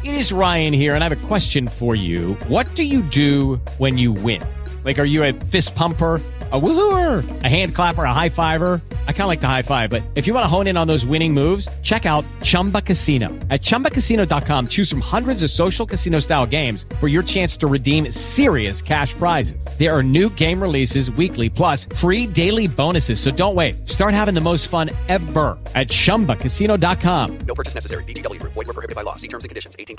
It is Ryan here, and I have a question for you. What do you do when you win? Like, are you a fist pumper, a woohooer, a hand clapper, a high fiver? I kind of like the high five, but if you want to hone in on those winning moves, check out Chumba Casino. At ChumbaCasino.com, choose from hundreds of social casino style games for your chance to redeem serious cash prizes. There are new game releases weekly, plus free daily bonuses. So don't wait. Start having the most fun ever at ChumbaCasino.com. No purchase necessary. VGW Group. Void where prohibited by law. See terms and conditions. 18+.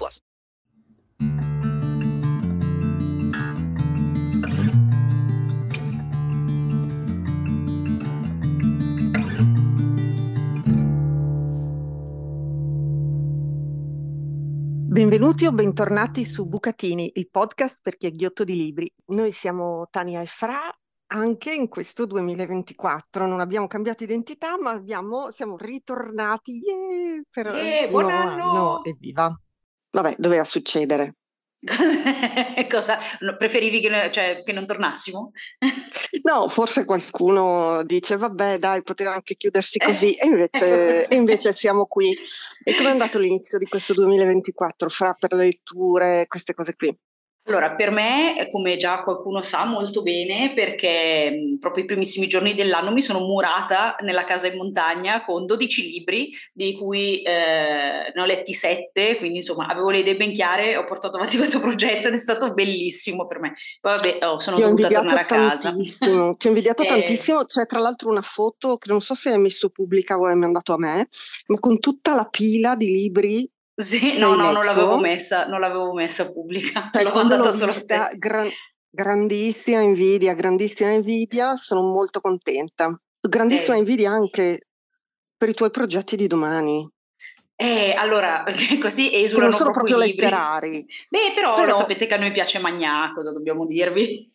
Benvenuti o bentornati su Bucatini, il podcast per chi è ghiotto di libri. Noi siamo Tania e Fra anche in questo 2024. Non abbiamo cambiato identità, ma siamo ritornati per il Buon nuovo anno! anno. Evviva! Vabbè, doveva succedere. Cosa? Preferivi che non tornassimo? No, forse qualcuno dice, vabbè, dai, poteva anche chiudersi così, e invece siamo qui. E come è andato l'inizio di questo 2024, Fra, per le letture, queste cose qui? Allora, per me, come già qualcuno sa molto bene, perché proprio i primissimi giorni dell'anno mi sono murata nella casa in montagna con 12 libri, di cui ne ho letti 7, quindi insomma avevo le idee ben chiare, ho portato avanti questo progetto ed è stato bellissimo per me. Poi vabbè, sono dovuta tornare a casa. Ti ho invidiato tantissimo, c'è tra l'altro una foto che non so se hai messo pubblica o hai mandato a me, ma con tutta la pila di libri. Sì, no, non l'avevo messa pubblica, cioè, l'ho quando mandata l'ho solo a vista, te. grandissima invidia, sono molto contenta. Grandissima invidia anche per i tuoi progetti di domani. Allora, così che esulano non sono proprio i libri. letterari. Beh, però lo sapete che a noi piace Magnà, cosa dobbiamo dirvi?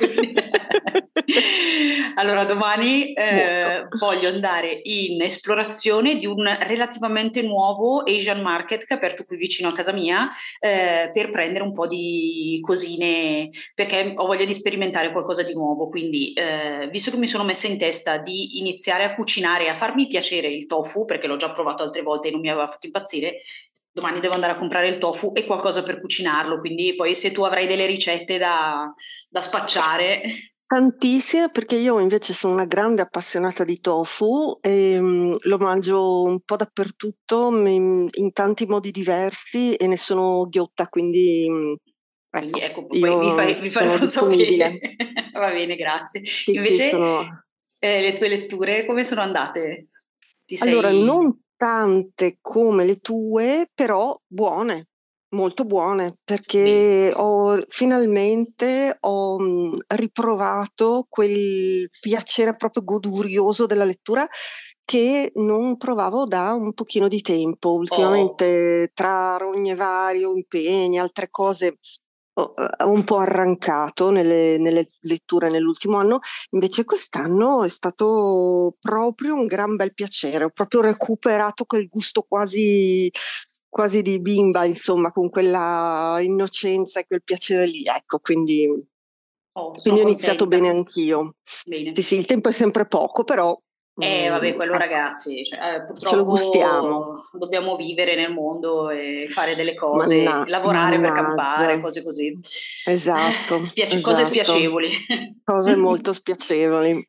Allora, domani voglio andare in esplorazione di un relativamente nuovo Asian market che è aperto qui vicino a casa mia, per prendere un po' di cosine, perché ho voglia di sperimentare qualcosa di nuovo. Quindi, visto che mi sono messa in testa di iniziare a cucinare e a farmi piacere il tofu, perché l'ho già provato altre volte e non mi aveva fatto impazzire, domani devo andare a comprare il tofu e qualcosa per cucinarlo, quindi poi se tu avrai delle ricette da spacciare. Tantissime, perché io invece sono una grande appassionata di tofu e lo mangio un po' dappertutto, in tanti modi diversi e ne sono ghiotta, quindi ecco, io mi fai sono disponibile. Va bene, grazie. Sì, Invece sì, le tue letture come sono andate? Allora, non tante come le tue, però buone, molto buone, perché finalmente ho riprovato quel piacere proprio godurioso della lettura che non provavo da un pochino di tempo. Ultimamente tra rogne varie, impegni, altre cose, ho un po' arrancato nelle letture nell'ultimo anno. Invece quest'anno è stato proprio un gran bel piacere, ho proprio recuperato quel gusto quasi di bimba, insomma, con quella innocenza e quel piacere lì, ecco, quindi ho iniziato bene anch'io. Bene. Sì, il tempo è sempre poco, però vabbè, quello ecco, ragazzi, purtroppo ce lo gustiamo. dobbiamo vivere nel mondo e fare delle cose, lavorare per campare, cose così. Esatto. Cose spiacevoli. Cose molto spiacevoli.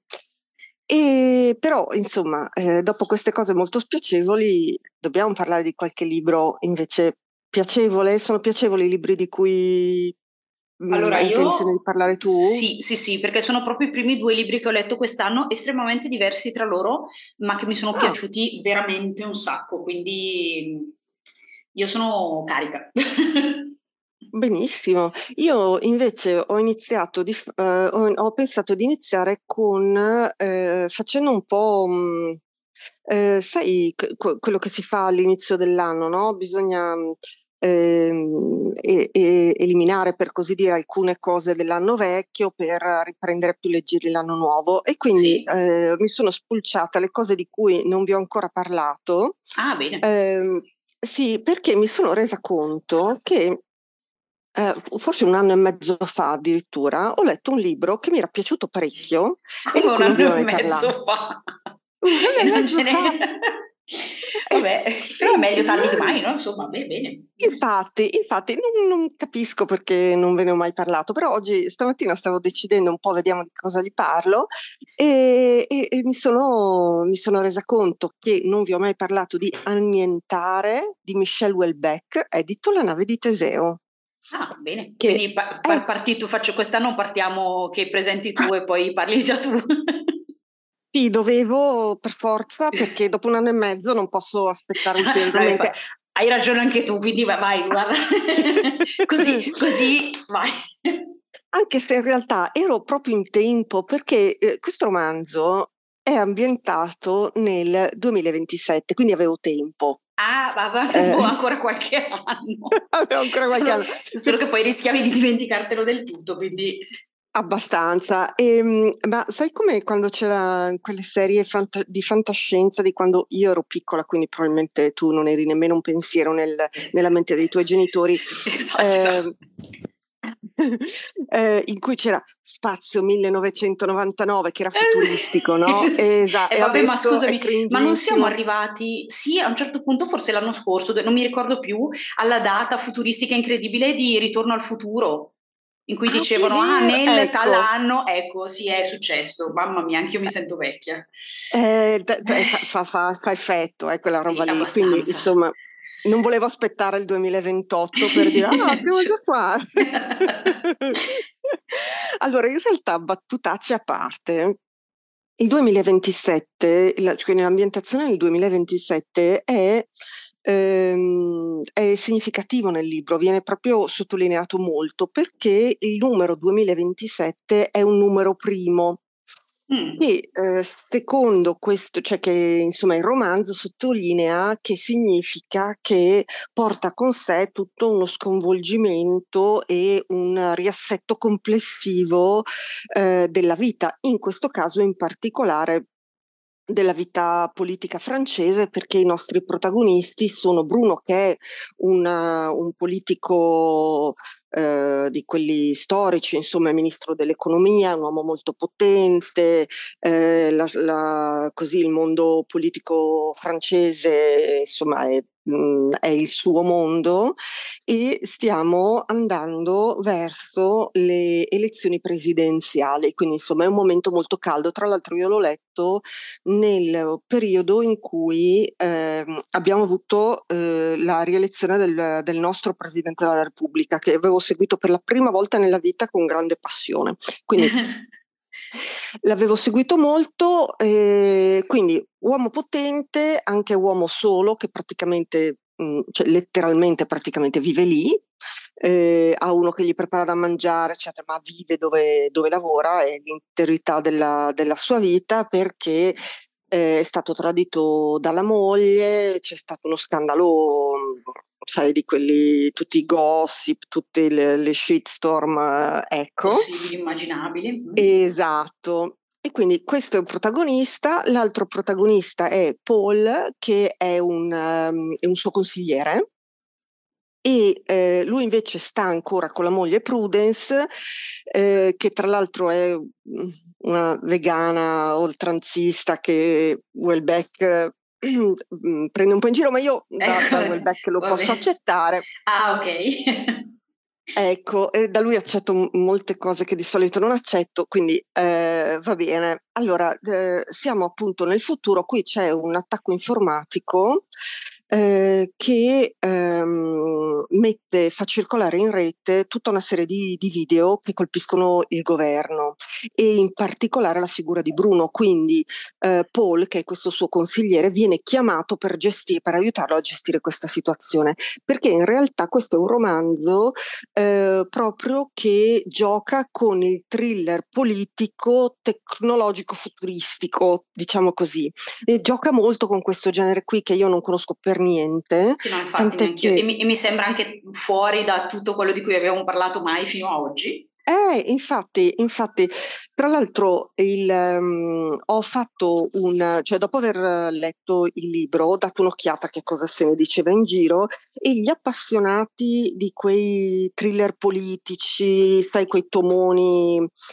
E però, insomma, dopo queste cose molto spiacevoli, dobbiamo parlare di qualche libro invece piacevole. Sono piacevoli i libri di cui allora, hai intenzione di parlare tu? Sì, perché sono proprio i primi 2 libri che ho letto quest'anno, estremamente diversi tra loro, ma che mi sono piaciuti veramente un sacco, quindi io sono carica. Benissimo. Io invece ho iniziato ho pensato di iniziare con facendo un po' sai quello che si fa all'inizio dell'anno, no? Bisogna eliminare, per così dire, alcune cose dell'anno vecchio per riprendere più leggeri l'anno nuovo, e quindi mi sono spulciata le cose di cui non vi ho ancora parlato. Bene. Sì, perché mi sono resa conto che forse 1 anno e mezzo fa addirittura ho letto un libro che mi era piaciuto parecchio. Come 1 anno e mezzo fa? Vabbè, però meglio tardi che mai, no? Insomma, bene. Infatti, non capisco perché non ve ne ho mai parlato, però stamattina stavo decidendo un po', vediamo di cosa gli parlo, e mi sono resa conto che non vi ho mai parlato di Annientare di Michel Houellebecq, edito La nave di Teseo. Ah, bene. Che Quindi parti tu, quest'anno partiamo che presenti tu e poi parli già tu. sì, dovevo per forza, perché dopo 1 anno e mezzo non posso aspettare ulteriormente. Hai ragione anche tu, quindi vai, guarda. così, vai. Anche se in realtà ero proprio in tempo, perché questo romanzo è ambientato nel 2027, quindi avevo tempo. Ah, ancora qualche anno. Avevo ancora qualche anno. Solo che poi rischiavi di dimenticartelo del tutto, quindi... Abbastanza. Ma sai come quando c'era quelle serie di fantascienza di quando io ero piccola, quindi probabilmente tu non eri nemmeno un pensiero nella mente dei tuoi genitori, in cui c'era Spazio 1999 che era futuristico, no? Esatto. E vabbè, ma scusami, ma non siamo cringissimo. arrivati, sì, a un certo punto, forse l'anno scorso, non mi ricordo più, alla data futuristica incredibile di Ritorno al futuro, in cui Ah, sì, è dicevano, vero, nel tal ecco. anno, ecco, sì, è successo, mamma mia, anch'io mi sento vecchia. Fa effetto, quella roba Sì, lì, quindi abbastanza. insomma non volevo aspettare il 2028 per dire siamo già qua. Allora, in realtà, battutacce a parte, il 2027, quindi l'ambientazione del 2027 è significativo nel libro, viene proprio sottolineato molto, perché il numero 2027 è un numero primo. E secondo questo, cioè che insomma il romanzo sottolinea che significa che porta con sé tutto uno sconvolgimento e un riassetto complessivo della vita, in questo caso in particolare della vita politica francese, perché i nostri protagonisti sono Bruno, che è un politico di quelli storici, insomma, è ministro dell'economia, è un uomo molto potente, così il mondo politico francese, insomma, è il suo mondo, e stiamo andando verso le elezioni presidenziali, quindi insomma è un momento molto caldo. Tra l'altro io l'ho letto nel periodo in cui abbiamo avuto la rielezione del nostro Presidente della Repubblica, che avevo seguito per la prima volta nella vita con grande passione. Quindi l'avevo seguito molto, quindi uomo potente, anche uomo solo, che praticamente, cioè letteralmente praticamente vive lì, ha uno che gli prepara da mangiare, eccetera, ma vive dove lavora, è l'interità della sua vita, perché è stato tradito dalla moglie, c'è stato uno scandalo, sai, di quelli, tutti i gossip, tutte le shitstorm, ecco. Possibili, immaginabili. Esatto. E quindi questo è un protagonista, l'altro protagonista è Paul, che è un suo consigliere, e lui invece sta ancora con la moglie Prudence, che tra l'altro è una vegana oltranzista che Houellebecq prende un po' in giro, ma io da Houellebecq lo posso accettare. Ah, ok. Ecco, da lui accetto molte cose che di solito non accetto, quindi va bene. Allora, siamo appunto nel futuro, qui c'è un attacco informatico che fa circolare in rete tutta una serie di video che colpiscono il governo, e in particolare la figura di Bruno. Quindi Paul, che è questo suo consigliere, viene chiamato per aiutarlo a gestire questa situazione, perché in realtà questo è un romanzo proprio che gioca con il thriller politico tecnologico futuristico, diciamo così, e gioca molto con questo genere qui che io non conosco per niente. Sì, no, infatti neanch'io. E mi sembra anche fuori da tutto quello di cui abbiamo parlato mai fino a oggi. Infatti, tra l'altro ho fatto cioè dopo aver letto il libro, ho dato un'occhiata a che cosa se ne diceva in giro, e gli appassionati di quei thriller politici, sai, quei tomoni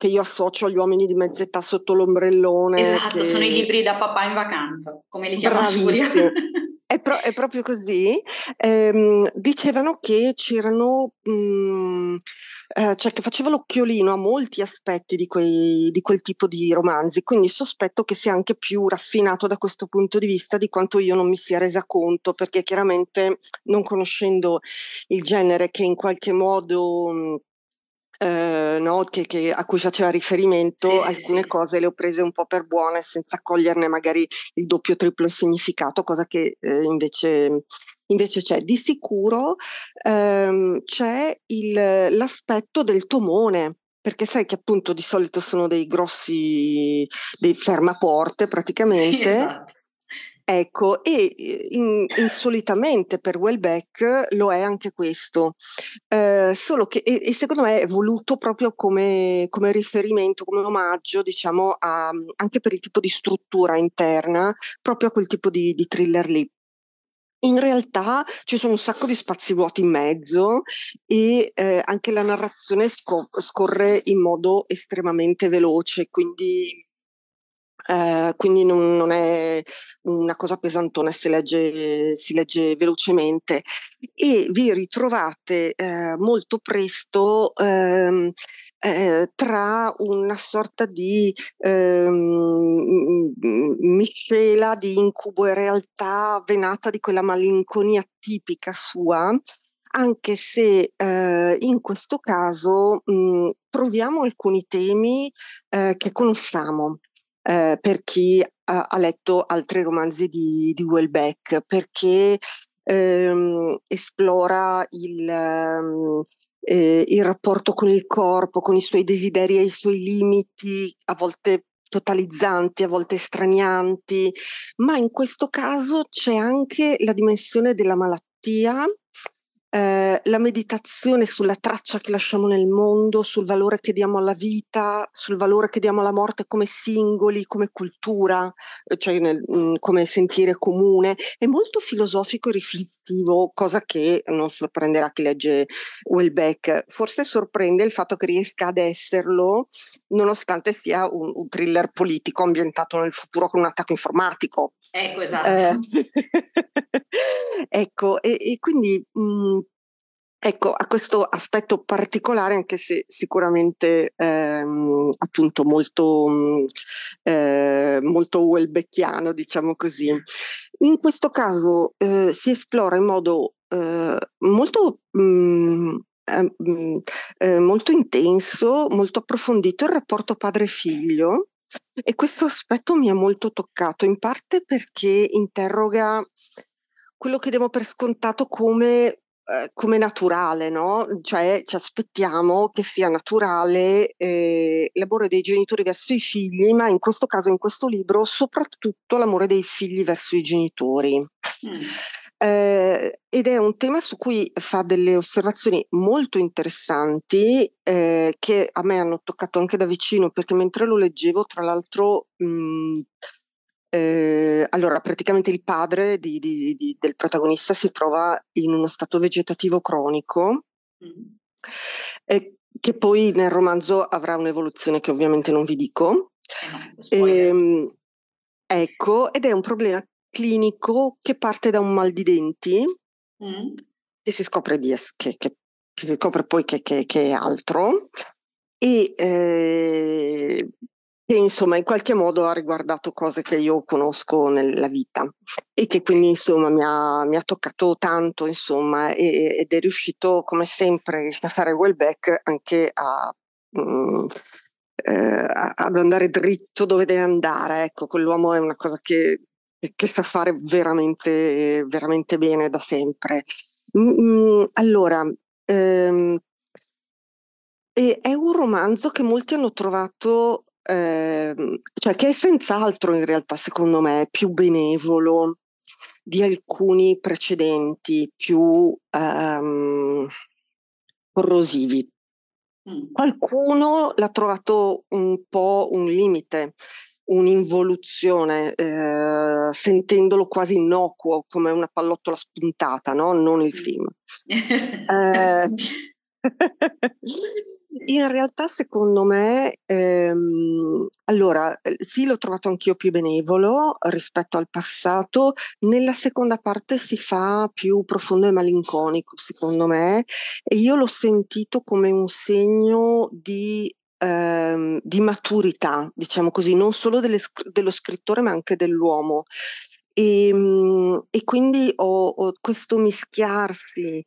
che io associo agli uomini di mezz'età sotto l'ombrellone. Esatto, sono i libri da papà in vacanza, come li chiama Surya. Bravissimo. È proprio così. Dicevano che c'erano, cioè che faceva l'occhiolino a molti aspetti di quel tipo di romanzi, quindi sospetto che sia anche più raffinato da questo punto di vista di quanto io non mi sia resa conto, perché chiaramente non conoscendo il genere che in qualche modo no, a cui faceva riferimento, Sì, sì, alcune sì. cose le ho prese un po' per buone senza coglierne magari il doppio o triplo significato, cosa che invece c'è. Di sicuro c'è l'aspetto del tomone. Perché sai che appunto di solito sono dei grossi, dei fermaporte Sì, praticamente. esatto. Ecco, e insolitamente per Welbeck lo è anche questo. Solo che, e secondo me è voluto proprio come riferimento, come omaggio, diciamo, anche per il tipo di struttura interna, proprio a quel tipo di thriller lì. In realtà ci sono un sacco di spazi vuoti in mezzo e anche la narrazione scorre in modo estremamente veloce, quindi non è una cosa pesantona, si legge velocemente e vi ritrovate molto presto tra una sorta di miscela di incubo e realtà venata di quella malinconia tipica sua, anche se in questo caso troviamo alcuni temi che conosciamo per chi ha letto altri romanzi di Houellebecq, perché esplora il rapporto con il corpo, con i suoi desideri e i suoi limiti, a volte totalizzanti, a volte stranianti, ma in questo caso c'è anche la dimensione della malattia, la meditazione sulla traccia che lasciamo nel mondo, sul valore che diamo alla vita, sul valore che diamo alla morte come singoli, come cultura, cioè come sentire comune. È molto filosofico e riflessivo, cosa che non sorprenderà chi legge Houellebecq. Forse sorprende il fatto che riesca ad esserlo, nonostante sia un thriller politico ambientato nel futuro con un attacco informatico. Ecco, esatto. Ecco, e quindi ecco, a questo aspetto particolare, anche se sicuramente appunto molto Houellebecquiano, diciamo così. In questo caso si esplora in modo molto intenso, molto approfondito il rapporto padre-figlio. E questo aspetto mi ha molto toccato, in parte perché interroga quello che diamo per scontato come naturale, no? Cioè ci aspettiamo che sia naturale l'amore dei genitori verso i figli, ma in questo caso, in questo libro, soprattutto l'amore dei figli verso i genitori. Ed è un tema su cui fa delle osservazioni molto interessanti che a me hanno toccato anche da vicino, perché mentre lo leggevo, tra l'altro, allora praticamente il padre del protagonista si trova in uno stato vegetativo cronico, che poi nel romanzo avrà un'evoluzione che ovviamente non vi dico. No, spoiler. Ecco, ed è un problema clinico che parte da un mal di denti e si scopre che si scopre poi che è altro e che insomma in qualche modo ha riguardato cose che io conosco nella vita e che quindi insomma mi ha toccato tanto insomma ed è riuscito come sempre a fare Houellebecq anche ad andare dritto dove deve andare. Ecco, quell'uomo è una cosa che sa fare veramente, veramente bene da sempre. Allora, è un romanzo che molti hanno trovato, cioè che è senz'altro in realtà, secondo me, più benevolo di alcuni precedenti, più corrosivi. Qualcuno l'ha trovato un po' un limite, un'involuzione, sentendolo quasi innocuo, come una pallottola spuntata, no? Non il film. In realtà, secondo me, allora, sì, l'ho trovato anch'io più benevolo rispetto al passato. Nella seconda parte si fa più profondo e malinconico, secondo me, e io l'ho sentito come un segno di maturità, diciamo così, non solo dello scrittore, ma anche dell'uomo. E quindi ho questo mischiarsi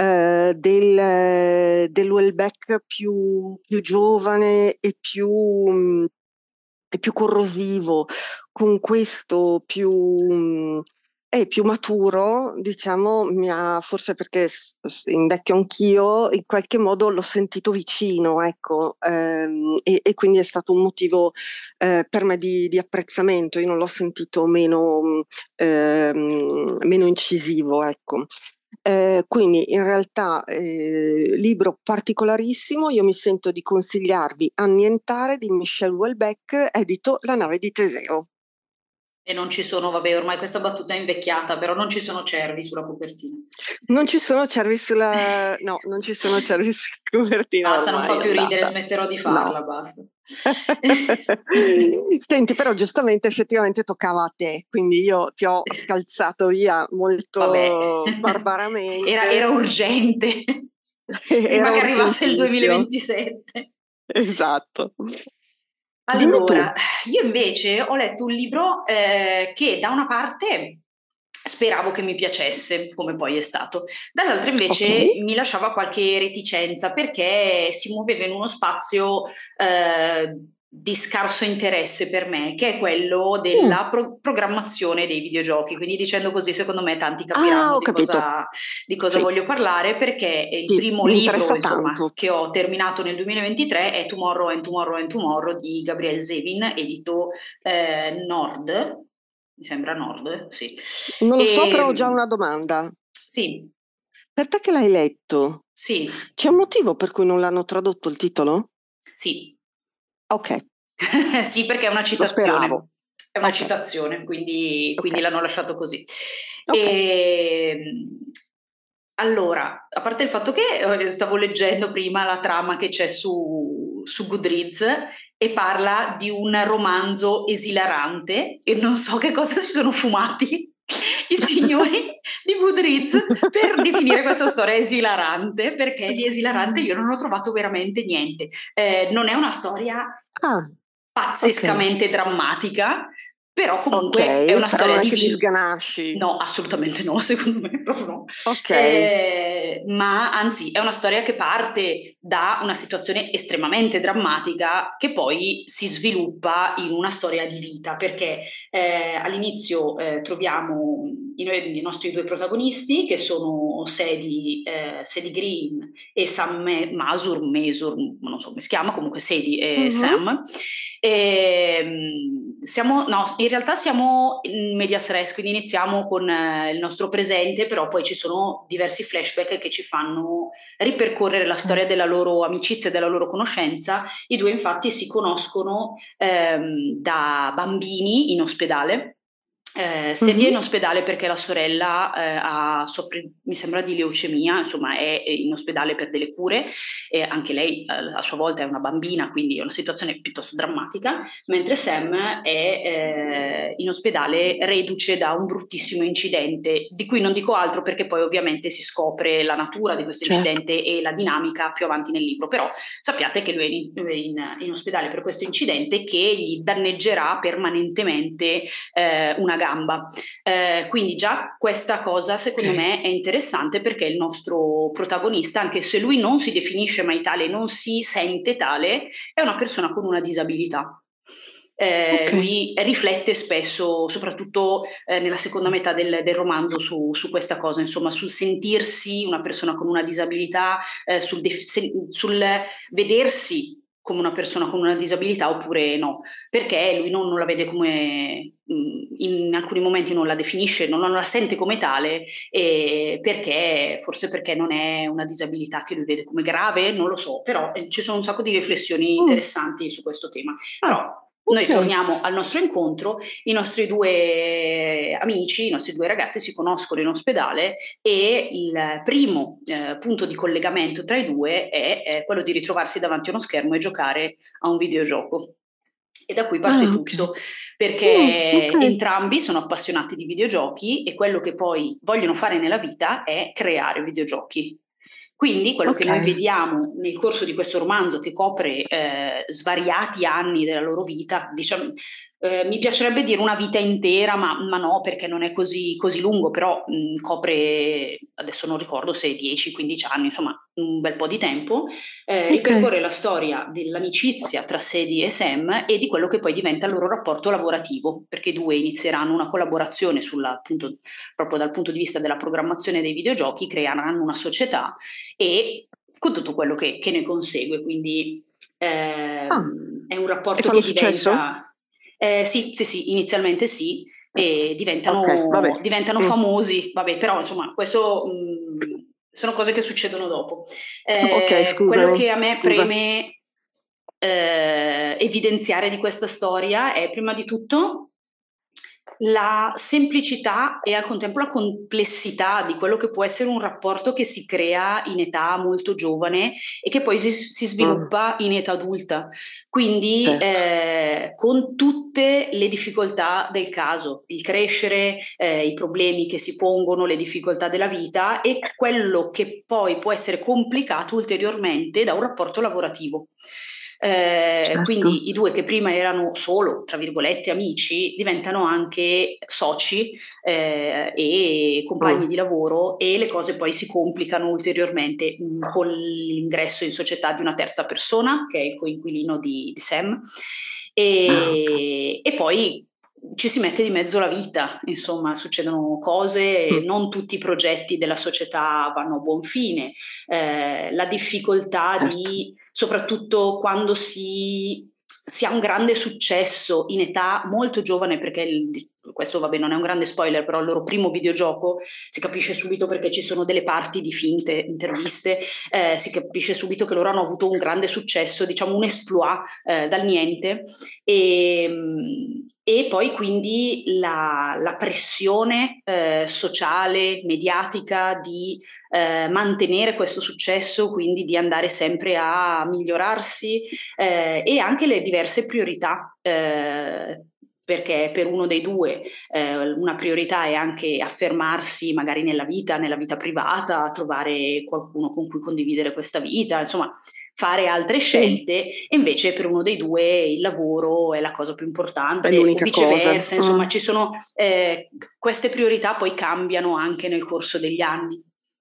del Welbeck più giovane e più corrosivo, con questo più maturo, diciamo, forse perché invecchio anch'io, in qualche modo l'ho sentito vicino, ecco, e quindi è stato un motivo per me di apprezzamento. Io non l'ho sentito meno incisivo, ecco. Quindi in realtà libro particolarissimo, io mi sento di consigliarvi Annientare di Michel Houellebecq, edito La nave di Teseo. E non ci sono, vabbè, ormai questa battuta è invecchiata, però non ci sono cervi sulla copertina. Non ci sono cervi no, non ci sono cervi sulla copertina. Basta, non fa ormai più è ridere, andata. smetterò di farla, No. basta. Senti, però giustamente effettivamente toccava a te, quindi io ti ho scalzato via Vabbè, molto barbaramente. era urgente, prima Era che arrivasse il urgentissimo. 2027. Esatto. Dimmi tu. Allora, io invece ho letto un libro che da una parte speravo che mi piacesse, come poi è stato, dall'altra invece Ok. mi lasciava qualche reticenza perché si muoveva in uno spazio di scarso interesse per me, che è quello Mm. della programmazione dei videogiochi. Quindi dicendo così, secondo me tanti Ah, capiranno ho capito. di cosa Sì, voglio parlare, perché il sì, primo mi libro, interessa insomma, tanto. che ho terminato nel 2023 è Tomorrow and Tomorrow and Tomorrow di Gabriel Zevin, edito Nord, mi sembra Nord, sì. Non lo so, però ho già E, una domanda. sì, Per te che l'hai letto, sì, c'è un motivo per cui non l'hanno tradotto il titolo? sì. Ok, Sì, perché è una lo citazione, speravo. è una Ok, citazione, ok, quindi l'hanno lasciato così. ok. E, allora, a parte il fatto che stavo leggendo prima la trama che c'è su Goodreads e parla di un romanzo esilarante e non so che cosa si sono fumati i signori di Goodreads per definire questa storia esilarante, perché di esilarante io non ho trovato veramente niente. Non è una storia Ah, ok, pazzescamente drammatica, però comunque è ok, una però non storia è di che ti vita. sganasci. No, assolutamente no, secondo me proprio no. Ok, Ma anzi è una storia che parte da una situazione estremamente drammatica che poi si sviluppa in una storia di vita, perché all'inizio troviamo i nostri due protagonisti che sono Sadie Green e Sam Masur, non so come si chiama, comunque Sadie e mhm, Sam. No, in realtà siamo in medias res, quindi iniziamo con il nostro presente, però poi ci sono diversi flashback che ci fanno ripercorrere la storia della loro amicizia e della loro conoscenza. I due infatti si conoscono da bambini in ospedale. Sadie è mhm. in ospedale perché la sorella soffre, mi sembra, di leucemia, insomma è in ospedale per delle cure, e anche lei a sua volta è una bambina, quindi è una situazione piuttosto drammatica, mentre Sam è in ospedale reduce da un bruttissimo incidente, di cui non dico altro perché poi ovviamente si scopre la natura di questo Certo. incidente e la dinamica più avanti nel libro, però sappiate che lui è in ospedale per questo incidente che gli danneggerà permanentemente una gamba. Quindi già questa cosa secondo Ok. me è interessante perché il nostro protagonista, anche se lui non si definisce mai tale, non si sente tale, è una persona con una disabilità. Ok. Lui riflette spesso, soprattutto nella seconda metà del romanzo, su questa cosa, insomma, sul sentirsi una persona con una disabilità, sul vedersi come una persona con una disabilità oppure no, perché lui non la vede come, in alcuni momenti non la definisce, non la sente come tale, forse perché non è una disabilità che lui vede come grave, non lo so, però ci sono un sacco di riflessioni Mm. interessanti su questo tema. Ah, Però Noi torniamo al nostro incontro, i nostri due amici, i nostri due ragazzi si conoscono in ospedale e il primo punto di collegamento tra i due è quello di ritrovarsi davanti a uno schermo e giocare a un videogioco. E da qui parte tutto, perché entrambi sono appassionati di videogiochi e quello che poi vogliono fare nella vita è creare videogiochi. Quindi quello che noi vediamo nel corso di questo romanzo, che copre svariati anni della loro vita, diciamo, mi piacerebbe dire una vita intera, ma no, perché non è così lungo, però copre, adesso non ricordo se 10-15 anni, insomma un bel po' di tempo, ripercorre la storia dell'amicizia tra Sadie e Sam e di quello che poi diventa il loro rapporto lavorativo, perché i due inizieranno una collaborazione appunto, proprio dal punto di vista della programmazione dei videogiochi, creeranno una società e con tutto quello che ne consegue, quindi è un rapporto che diventa... Sì, inizialmente sì, e diventano famosi, vabbè, però insomma questo sono cose che succedono dopo. Quello che a me preme evidenziare di questa storia è prima di tutto la semplicità e al contempo la complessità di quello che può essere un rapporto che si crea in età molto giovane e che poi si sviluppa in età adulta, quindi con tutte le difficoltà del caso, il crescere, i problemi che si pongono, le difficoltà della vita e quello che poi può essere complicato ulteriormente da un rapporto lavorativo. Quindi i due che prima erano solo, tra virgolette, amici, diventano anche soci e compagni di lavoro e le cose poi si complicano ulteriormente con l'ingresso in società di una terza persona, che è il coinquilino di Sam, e poi ci si mette di mezzo la vita, insomma succedono cose, non tutti i progetti della società vanno a buon fine, la difficoltà di, soprattutto quando si ha un grande successo in età molto giovane, perché questo vabbè non è un grande spoiler, però il loro primo videogioco si capisce subito perché ci sono delle parti di finte interviste, si capisce subito che loro hanno avuto un grande successo, diciamo un exploit dal niente e poi quindi la pressione sociale, mediatica di mantenere questo successo, quindi di andare sempre a migliorarsi e anche le diverse priorità perché per uno dei due una priorità è anche affermarsi magari nella vita privata, trovare qualcuno con cui condividere questa vita, insomma fare altre scelte e invece per uno dei due il lavoro è la cosa più importante o viceversa, insomma ci sono queste priorità poi cambiano anche nel corso degli anni.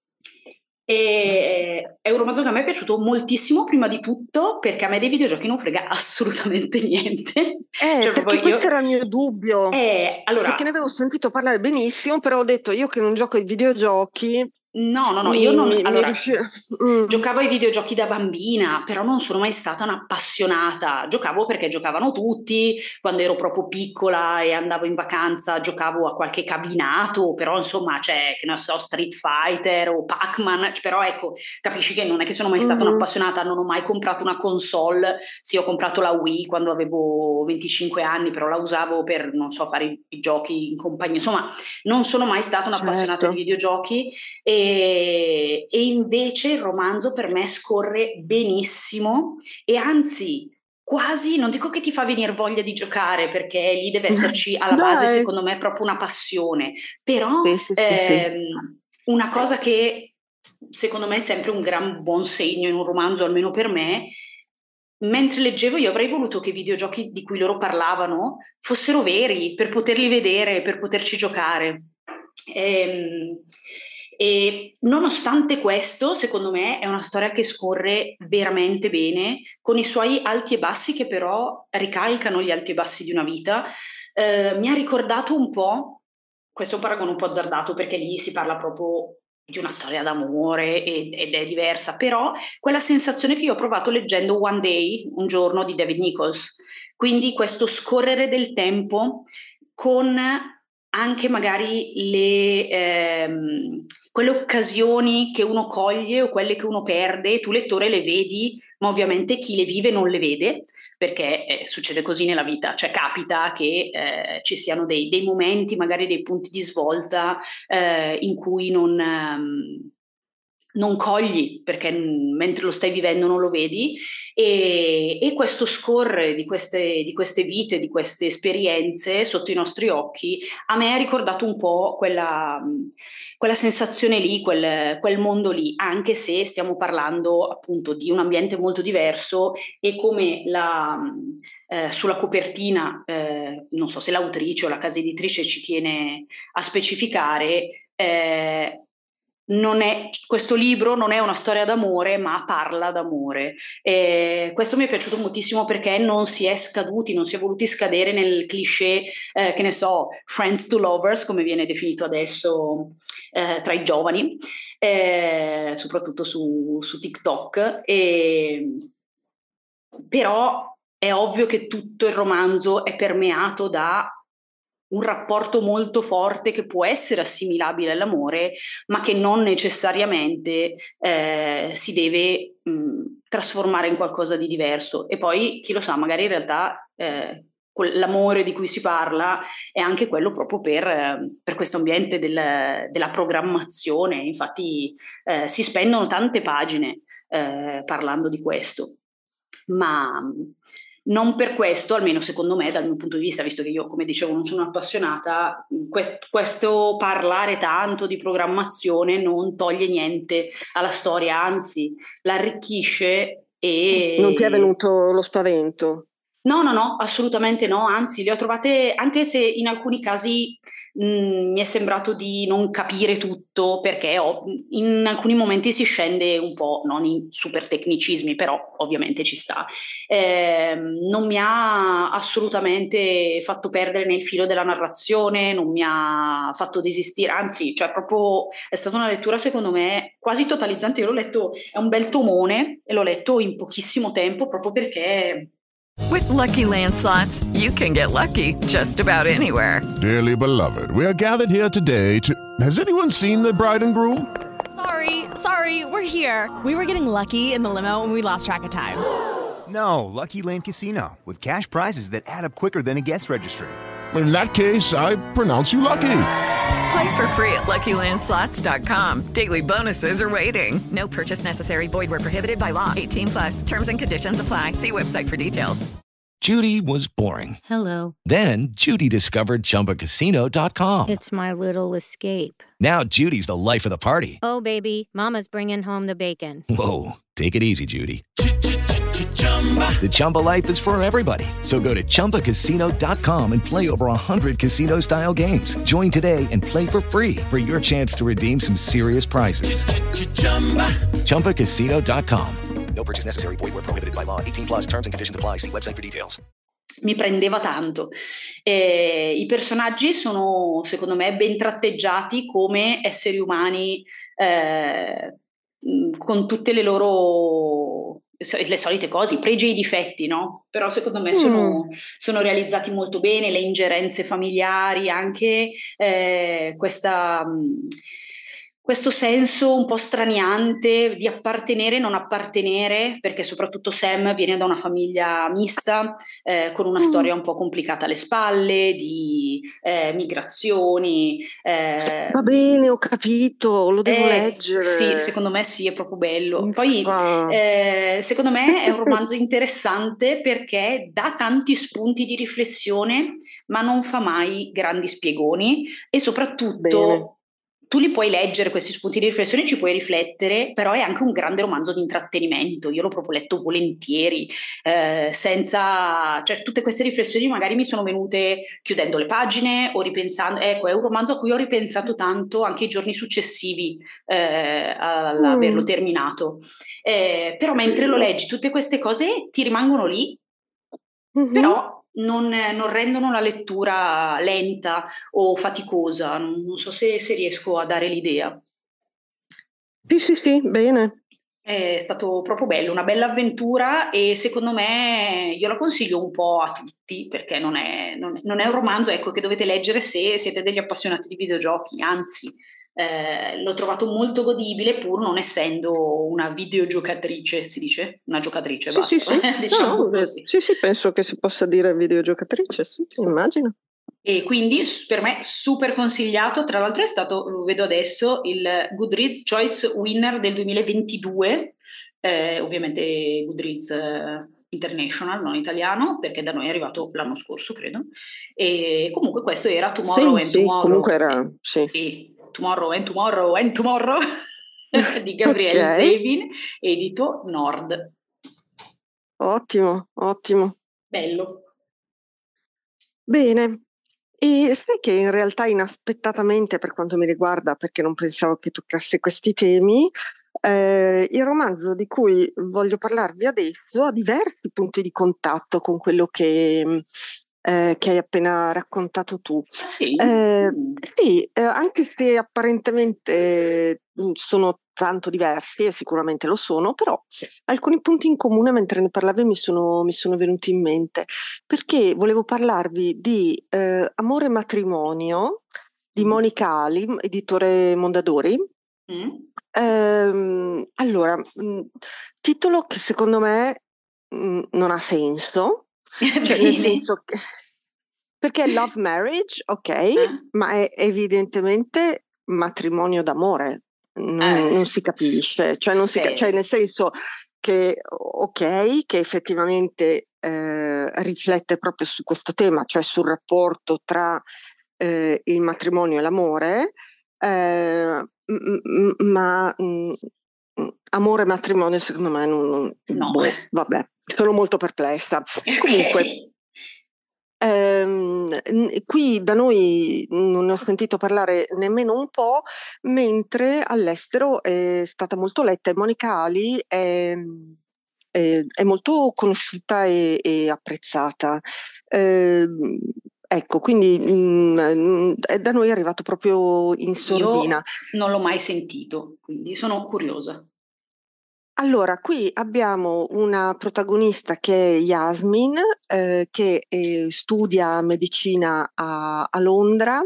E è un romanzo che a me è piaciuto moltissimo, prima di tutto perché a me dei videogiochi non frega assolutamente niente. Cioè, perché questo era il mio dubbio, allora, perché ne avevo sentito parlare benissimo, però ho detto io che non gioco ai videogiochi. No, io non giocavo ai videogiochi da bambina, però non sono mai stata un'appassionata. Giocavo perché giocavano tutti, quando ero proprio piccola e andavo in vacanza giocavo a qualche cabinato, però insomma c'è, che ne so, Street Fighter o Pac-Man, però ecco, capisci che non è che sono mai stata un'appassionata, non ho mai comprato una console, sì ho comprato la Wii quando avevo 25 anni, però la usavo per, non so, fare i giochi in compagnia, insomma non sono mai stata un'appassionata di videogiochi e invece il romanzo per me scorre benissimo e anzi quasi, non dico che ti fa venire voglia di giocare perché lì deve esserci alla base secondo me proprio una passione, però una cosa che secondo me è sempre un gran buon segno in un romanzo, almeno per me, mentre leggevo io avrei voluto che i videogiochi di cui loro parlavano fossero veri per poterli vedere, per poterci giocare. E nonostante questo, secondo me è una storia che scorre veramente bene, con i suoi alti e bassi che però ricalcano gli alti e bassi di una vita. Mi ha ricordato un po', questo è un paragone un po' azzardato perché lì si parla proprio di una storia d'amore ed è diversa, però quella sensazione che io ho provato leggendo One Day, un giorno di David Nichols, quindi questo scorrere del tempo con anche magari quelle occasioni che uno coglie o quelle che uno perde, tu lettore le vedi ma ovviamente chi le vive non le vede, perché succede così nella vita, cioè capita che ci siano dei momenti, magari dei punti di svolta in cui non cogli, perché mentre lo stai vivendo non lo vedi, e questo scorrere di queste vite, di queste esperienze sotto i nostri occhi, a me ha ricordato un po' quella sensazione lì, quel mondo lì, anche se stiamo parlando appunto di un ambiente molto diverso, e come sulla copertina, non so se l'autrice o la casa editrice ci tiene a specificare, questo libro non è una storia d'amore, ma parla d'amore. Questo mi è piaciuto moltissimo, perché non si è voluti scadere nel cliché, che ne so, friends to lovers, come viene definito adesso tra i giovani, soprattutto su TikTok. Però è ovvio che tutto il romanzo è permeato da un rapporto molto forte che può essere assimilabile all'amore, ma che non necessariamente si deve trasformare in qualcosa di diverso. E poi, chi lo sa, magari in realtà l'amore di cui si parla è anche quello proprio per questo ambiente della programmazione. Infatti si spendono tante pagine parlando di questo, ma non per questo, almeno secondo me, dal mio punto di vista, visto che io, come dicevo, non sono appassionata, questo parlare tanto di programmazione non toglie niente alla storia, anzi l'arricchisce. E non ti è venuto lo spavento? No, assolutamente no, anzi le ho trovate, anche se in alcuni casi mi è sembrato di non capire tutto, perché in alcuni momenti si scende un po', non in super tecnicismi, però ovviamente ci sta. Non mi ha assolutamente fatto perdere nel filo della narrazione, non mi ha fatto desistere, anzi, cioè proprio è stata una lettura secondo me quasi totalizzante. Io l'ho letto, è un bel tomone, e l'ho letto in pochissimo tempo, proprio perché... With Lucky Land Slots, you can get lucky just about anywhere. Dearly beloved, we are gathered here today to... Has anyone seen the bride and groom? Sorry, we're here. We were getting lucky in the limo and we lost track of time. No, Lucky Land Casino, with cash prizes that add up quicker than a guest registry. In that case, I pronounce you lucky. Play for free at LuckyLandSlots.com. Daily bonuses are waiting. No purchase necessary. Void where prohibited by law. 18+. Terms and conditions apply. See website for details. Judy was boring. Hello. Then Judy discovered ChumbaCasino.com. It's my little escape. Now Judy's the life of the party. Oh, baby, mama's bringing home the bacon. Whoa, take it easy, Judy. The Chumba life is for everybody. So go to ChumbaCasino.com and play over 100 casino-style games. Join today and play for free for your chance to redeem some serious prizes. ChumbaCasino.com. No purchase necessary. Void where prohibited by law. 18+. Terms and conditions apply. See website for details. Mi prendeva tanto. I personaggi sono, secondo me, ben tratteggiati come esseri umani, con tutte le loro... le solite cose, i pregi e i difetti, no? Però secondo me sono realizzati molto bene, le ingerenze familiari, anche questo senso un po' straniante di appartenere e non appartenere, perché soprattutto Sam viene da una famiglia mista, con una storia un po' complicata alle spalle, di migrazioni. Va bene, ho capito, lo devo leggere. Sì, secondo me sì, è proprio bello. Poi secondo me è un romanzo interessante perché dà tanti spunti di riflessione, ma non fa mai grandi spiegoni, e soprattutto... Bene. Tu li puoi leggere, questi spunti di riflessione, ci puoi riflettere, però è anche un grande romanzo di intrattenimento. Io l'ho proprio letto volentieri, cioè tutte queste riflessioni magari mi sono venute chiudendo le pagine o ripensando. Ecco, è un romanzo a cui ho ripensato tanto anche i giorni successivi all'averlo terminato. Però mentre lo leggi, tutte queste cose ti rimangono lì, però non rendono la lettura lenta o faticosa. Non so se riesco a dare l'idea. Sì, bene. È stato proprio bello, una bella avventura, e secondo me io la consiglio un po' a tutti, perché non è un romanzo, ecco, che dovete leggere se siete degli appassionati di videogiochi, anzi l'ho trovato molto godibile pur non essendo una videogiocatrice, si dice? Una giocatrice, Sì, basta, sì, sì. diciamo No, così. sì, penso che si possa dire videogiocatrice, sì, immagino. E quindi per me super consigliato, tra l'altro è stato, lo vedo adesso, il Goodreads Choice Winner del 2022, ovviamente Goodreads International, non italiano, perché da noi è arrivato l'anno scorso, credo. E comunque questo era Tomorrow and Sì, Tomorrow. comunque era, sì. Sì, Tomorrow and Tomorrow and Tomorrow di Gabriele Ok. Zevin, edito Nord. Ottimo. Bello. Bene. E sai che in realtà inaspettatamente, per quanto mi riguarda, perché non pensavo che toccasse questi temi, il romanzo di cui voglio parlarvi adesso ha diversi punti di contatto con quello che hai appena raccontato tu. Sì? Sì, anche se apparentemente sono tanto diversi, e sicuramente lo sono, però alcuni punti in comune mentre ne parlavi mi sono venuti in mente, perché volevo parlarvi di Amore e matrimonio di Monica Ali, editore Mondadori. Allora, titolo che secondo me non ha senso, cioè nel senso che perché love marriage, ok, ma è evidentemente matrimonio d'amore, non si capisce, cioè non si cioè nel senso che ok, che effettivamente riflette proprio su questo tema, cioè sul rapporto tra il matrimonio e l'amore, ma amore e matrimonio secondo me non No. Vabbè, sono molto perplessa. Comunque, qui da noi non ne ho sentito parlare nemmeno un po', mentre all'estero è stata molto letta e Monica Ali è molto conosciuta e apprezzata. Ecco, quindi da noi è arrivato proprio in sordina. Io non l'ho mai sentito, quindi sono curiosa. Allora, qui abbiamo una protagonista che è Yasmin, che studia medicina a Londra,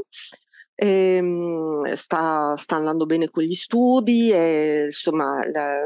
sta andando bene con gli studi, e, insomma,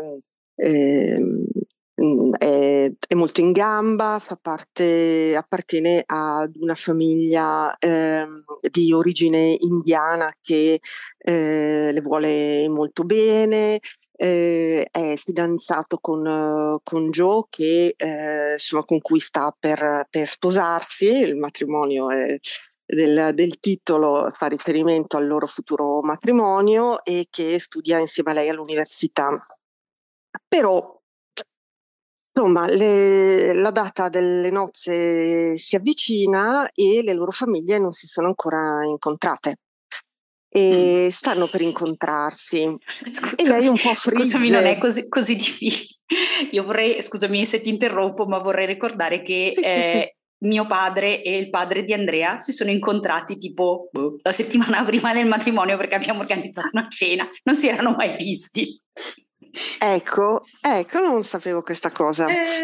è molto in gamba, appartiene ad una famiglia di origine indiana che le vuole molto bene. È fidanzato con Joe che insomma, con cui sta per sposarsi. Il matrimonio del titolo fa riferimento al loro futuro matrimonio e che studia insieme a lei all'università. Però insomma, la data delle nozze si avvicina e le loro famiglie non si sono ancora incontrate. E stanno per incontrarsi. E lei un po' frigge. Scusami, non è così difficile. Io vorrei, scusami se ti interrompo, ma vorrei ricordare che mio padre e il padre di Andrea si sono incontrati tipo la settimana prima del matrimonio, perché abbiamo organizzato una cena, non si erano mai visti. Ecco, non sapevo questa cosa.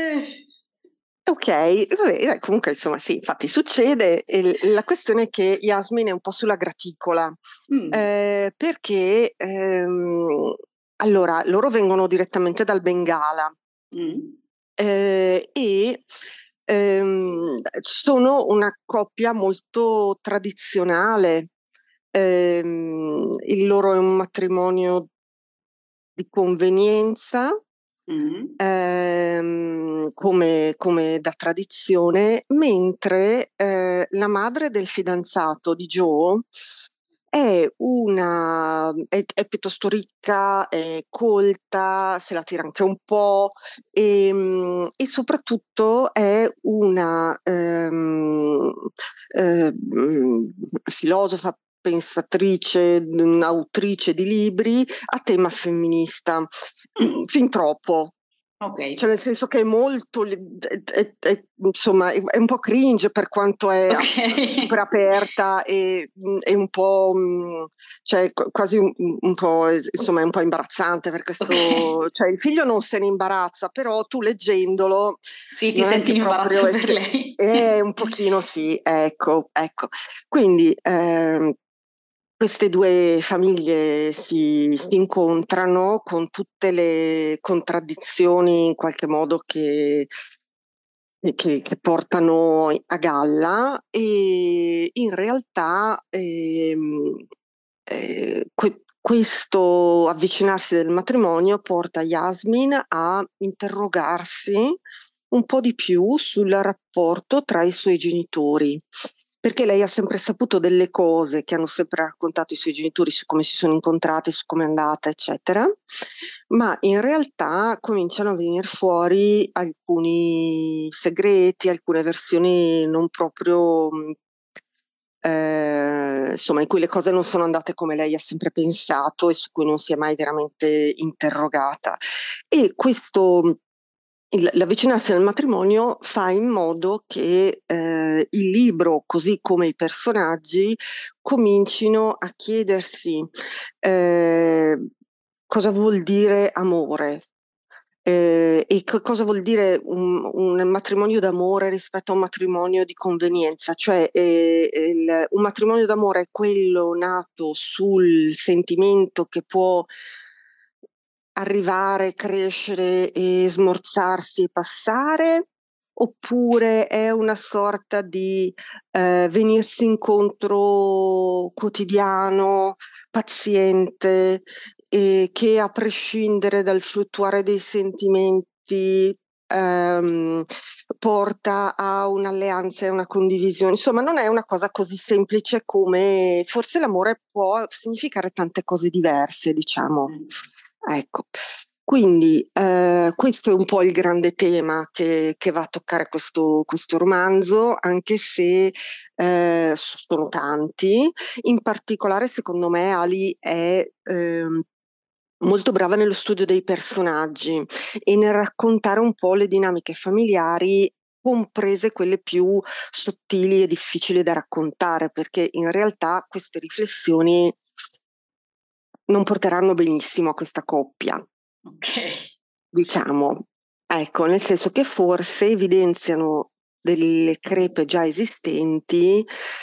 Ok, vabbè, comunque insomma sì, infatti succede. La questione è che Yasmin è un po' sulla graticola, perché allora loro vengono direttamente dal Bengala e sono una coppia molto tradizionale. Il loro è un matrimonio di convenienza, come da tradizione, mentre la madre del fidanzato di Joe è piuttosto ricca, è colta, se la tira anche un po', e soprattutto è una filosofa, pensatrice, autrice di libri a tema femminista, fin troppo. Okay. Cioè nel senso che è molto, insomma, è un po' cringe per quanto è super aperta e un po', cioè quasi un po', insomma, è un po' imbarazzante per questo, cioè il figlio non se ne imbarazza, però tu leggendolo sì, ti senti in imbarazzo per lei. Un pochino sì, ecco. Quindi queste due famiglie si incontrano con tutte le contraddizioni in qualche modo che portano a galla, e in realtà questo avvicinarsi del matrimonio porta Yasmin a interrogarsi un po' di più sul rapporto tra i suoi genitori, perché lei ha sempre saputo delle cose che hanno sempre raccontato i suoi genitori su come si sono incontrati, su come è andata, eccetera, ma in realtà cominciano a venire fuori alcuni segreti, alcune versioni non proprio, insomma, in cui le cose non sono andate come lei ha sempre pensato e su cui non si è mai veramente interrogata. E questo l'avvicinarsi al matrimonio fa in modo che il libro, così come i personaggi, comincino a chiedersi cosa vuol dire amore. E cosa vuol dire un matrimonio d'amore rispetto a un matrimonio di convenienza? Cioè un matrimonio d'amore è quello nato sul sentimento che può arrivare, crescere e smorzarsi e passare, oppure è una sorta di venirsi incontro quotidiano, paziente, e che a prescindere dal fluttuare dei sentimenti porta a un'alleanza e una condivisione. Insomma, non è una cosa così semplice come forse l'amore può significare tante cose diverse, diciamo. Ecco, quindi questo è un po' il grande tema che va a toccare questo romanzo, anche se sono tanti. In particolare, secondo me, Ali è molto brava nello studio dei personaggi e nel raccontare un po' le dinamiche familiari, comprese quelle più sottili e difficili da raccontare, perché in realtà queste riflessioni non porteranno benissimo a questa coppia. Ok. Diciamo, ecco, nel senso che forse evidenziano delle crepe già esistenti,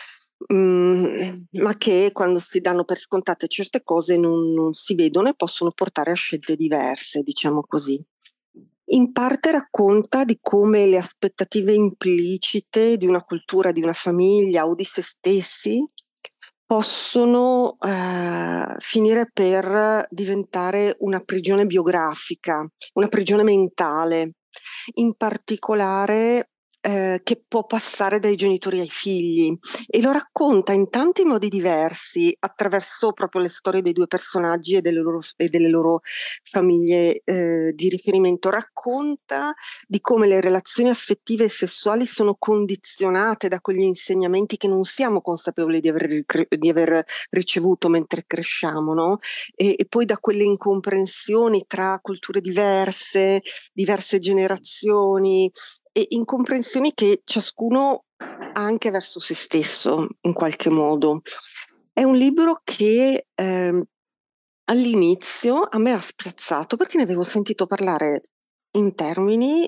ma che quando si danno per scontate certe cose non si vedono e possono portare a scelte diverse, diciamo così. In parte racconta di come le aspettative implicite di una cultura, di una famiglia o di se stessi possono finire per diventare una prigione biografica, una prigione mentale, in particolare che può passare dai genitori ai figli, e lo racconta in tanti modi diversi attraverso proprio le storie dei due personaggi e delle loro famiglie di riferimento. Racconta di come le relazioni affettive e sessuali sono condizionate da quegli insegnamenti che non siamo consapevoli di aver ricevuto mentre cresciamo, no? E poi da quelle incomprensioni tra culture diverse generazioni, e incomprensioni che ciascuno ha anche verso se stesso, in qualche modo. È un libro che all'inizio a me ha spiazzato, perché ne avevo sentito parlare in termini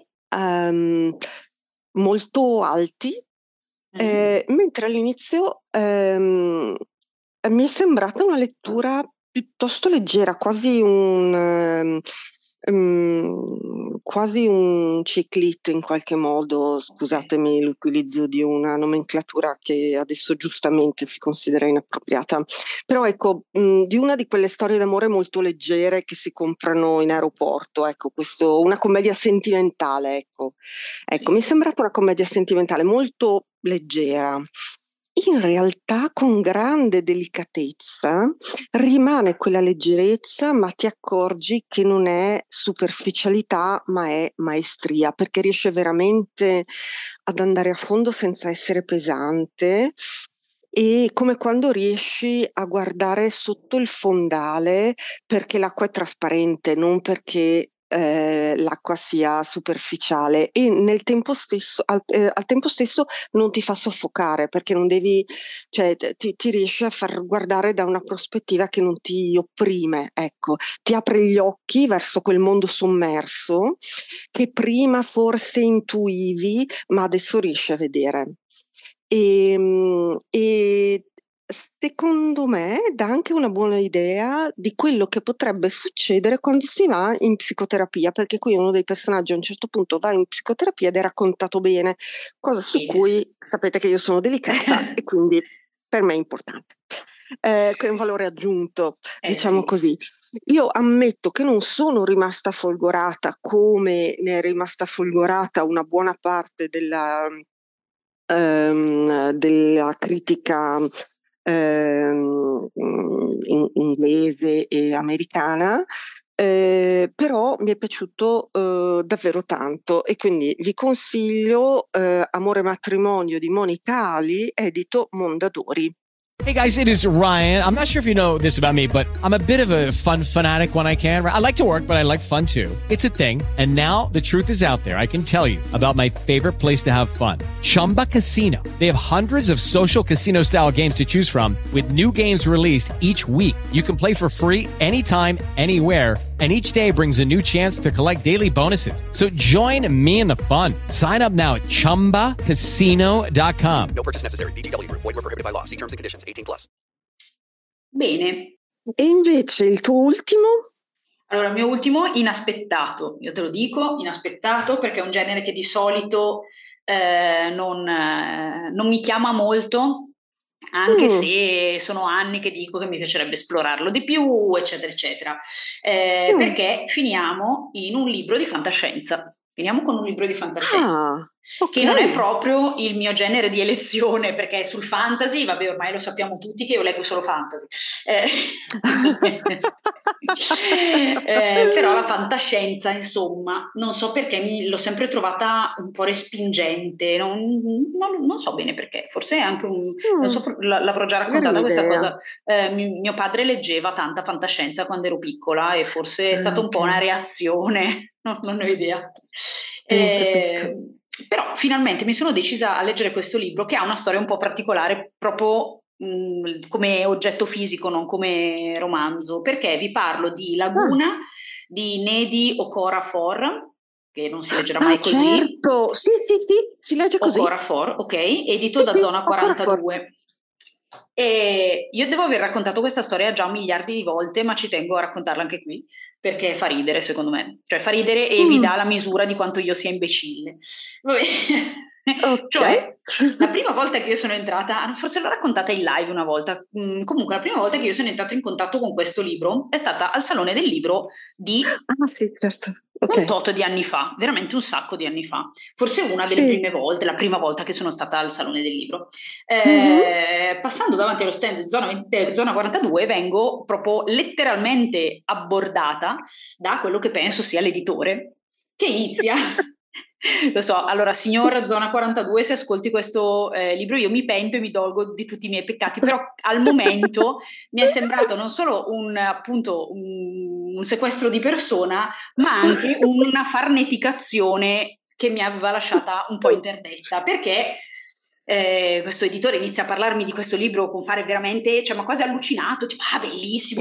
molto alti, mentre all'inizio mi è sembrata una lettura piuttosto leggera, quasi un ciclit in qualche modo, scusatemi l'utilizzo di una nomenclatura che adesso giustamente si considera inappropriata, però ecco, di una di quelle storie d'amore molto leggere che si comprano in aeroporto, ecco, una commedia sentimentale, ecco, mi è sembrata una commedia sentimentale molto leggera. In realtà, con grande delicatezza, rimane quella leggerezza, ma ti accorgi che non è superficialità, ma è maestria, perché riesce veramente ad andare a fondo senza essere pesante, e come quando riesci a guardare sotto il fondale perché l'acqua è trasparente, non perché l'acqua sia superficiale, e nel tempo stesso, al tempo stesso non ti fa soffocare, perché non devi, cioè ti riesce a far guardare da una prospettiva che non ti opprime, ecco, ti apre gli occhi verso quel mondo sommerso che prima forse intuivi, ma adesso riesci a vedere. E secondo me dà anche una buona idea di quello che potrebbe succedere quando si va in psicoterapia, perché qui uno dei personaggi a un certo punto va in psicoterapia ed è raccontato bene, cosa su cui sapete che io sono delicata e quindi per me è importante. Che è un valore aggiunto, diciamo così. Io ammetto che non sono rimasta folgorata come ne è rimasta folgorata una buona parte della critica inglese e americana, però mi è piaciuto davvero tanto e quindi vi consiglio Amore e matrimonio di Monica Ali, edito Mondadori. Hey guys, it is Ryan. I'm not sure if you know this about me, but I'm a bit of a fun fanatic when I can. I like to work, but I like fun too. It's a thing. And now the truth is out there. I can tell you about my favorite place to have fun. Chumba Casino. They have hundreds of social casino style games to choose from with new games released each week. You can play for free anytime, anywhere. And each day brings a new chance to collect daily bonuses. So join me in the fun. Sign up now at ChumbaCasino.com. No purchase necessary. VGW Group. Void where prohibited by law. See terms and conditions. 18+. Bene. E invece il tuo ultimo? Allora, il mio ultimo, inaspettato. Io te lo dico, inaspettato, perché è un genere che di solito non mi chiama molto, anche se sono anni che dico che mi piacerebbe esplorarlo di più, eccetera, eccetera. Perché finiamo in un libro di fantascienza. Finiamo con un libro di fantascienza, che non è proprio il mio genere di elezione, perché sul fantasy, vabbè, ormai lo sappiamo tutti che io leggo solo fantasy. Però la fantascienza, insomma, non so perché l'ho sempre trovata un po' respingente, non so bene perché, forse è anche non so, l'avrò già raccontata questa cosa. Mio padre leggeva tanta fantascienza quando ero piccola e forse è stata un po' una reazione. Non ne ho idea. Però finalmente mi sono decisa a leggere questo libro, che ha una storia un po' particolare proprio come oggetto fisico, non come romanzo, perché vi parlo di Laguna di Nnedi Okorafor, che non si leggerà mai così. Certo, sì, si legge così. Okorafor, ok, edito da Zona 42. E io devo aver raccontato questa storia già miliardi di volte, ma ci tengo a raccontarla anche qui perché fa ridere, secondo me, cioè fa ridere e vi dà la misura di quanto io sia imbecille. Vabbè. Cioè, la prima volta che io sono entrata, forse l'ho raccontata in live una volta, comunque la prima volta che io sono entrata in contatto con questo libro è stata al Salone del Libro di un tot di anni fa, veramente un sacco di anni fa, forse una delle prime volte, la prima volta che sono stata al Salone del Libro. Passando davanti allo stand zona 42 vengo proprio letteralmente abbordata da quello che penso sia l'editore, che inizia... Lo so, allora signor Zona 42, se ascolti questo libro io mi pento e mi dolgo di tutti i miei peccati, però al momento mi è sembrato non solo un sequestro di persona, ma anche una farneticazione che mi aveva lasciata un po' interdetta, perché questo editore inizia a parlarmi di questo libro con fare veramente, cioè, ma quasi allucinato, tipo bellissimo,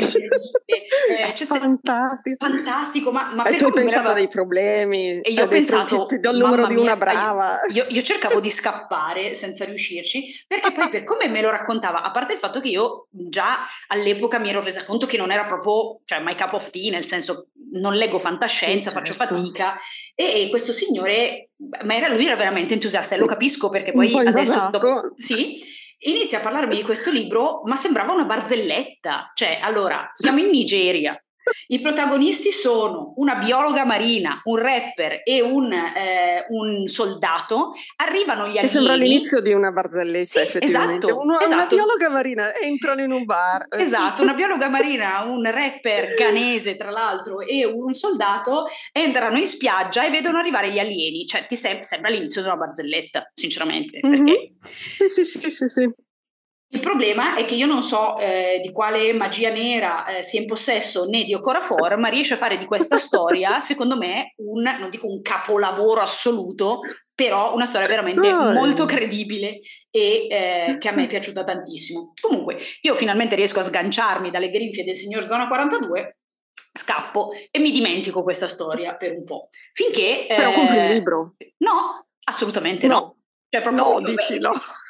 fantastico, ma e tu hai pensato a dei problemi e io ho pensato ti do il numero di una brava. Io cercavo di scappare senza riuscirci, perché poi per come me lo raccontava, a parte il fatto che io già all'epoca mi ero resa conto che non era proprio, cioè, my cup of tea, nel senso non leggo fantascienza, faccio fatica, e questo signore, ma lui era veramente entusiasta e lo capisco, perché poi adesso inizia a parlarmi di questo libro, ma sembrava una barzelletta. Cioè, allora, siamo in Nigeria, i protagonisti sono una biologa marina, un rapper e un soldato. Arrivano gli alieni. Sembra l'inizio di una barzelletta, effettivamente. Esatto. Una biologa marina, entrano in un bar. Esatto, una biologa marina, un rapper ghanese tra l'altro e un soldato entrano in spiaggia e vedono arrivare gli alieni. Cioè, ti sembra l'inizio di una barzelletta, sinceramente. Perché... Sì. Il problema è che io non so di quale magia nera sia in possesso Nnedi Okorafor, ma riesce a fare di questa storia, secondo me, non dico un capolavoro assoluto, però una storia veramente molto credibile e che a me è piaciuta tantissimo. Comunque, io finalmente riesco a sganciarmi dalle grinfie del signor Zona 42, scappo e mi dimentico questa storia per un po'. Finché... Però compri il libro? No, assolutamente no. Cioè, proprio, dici no.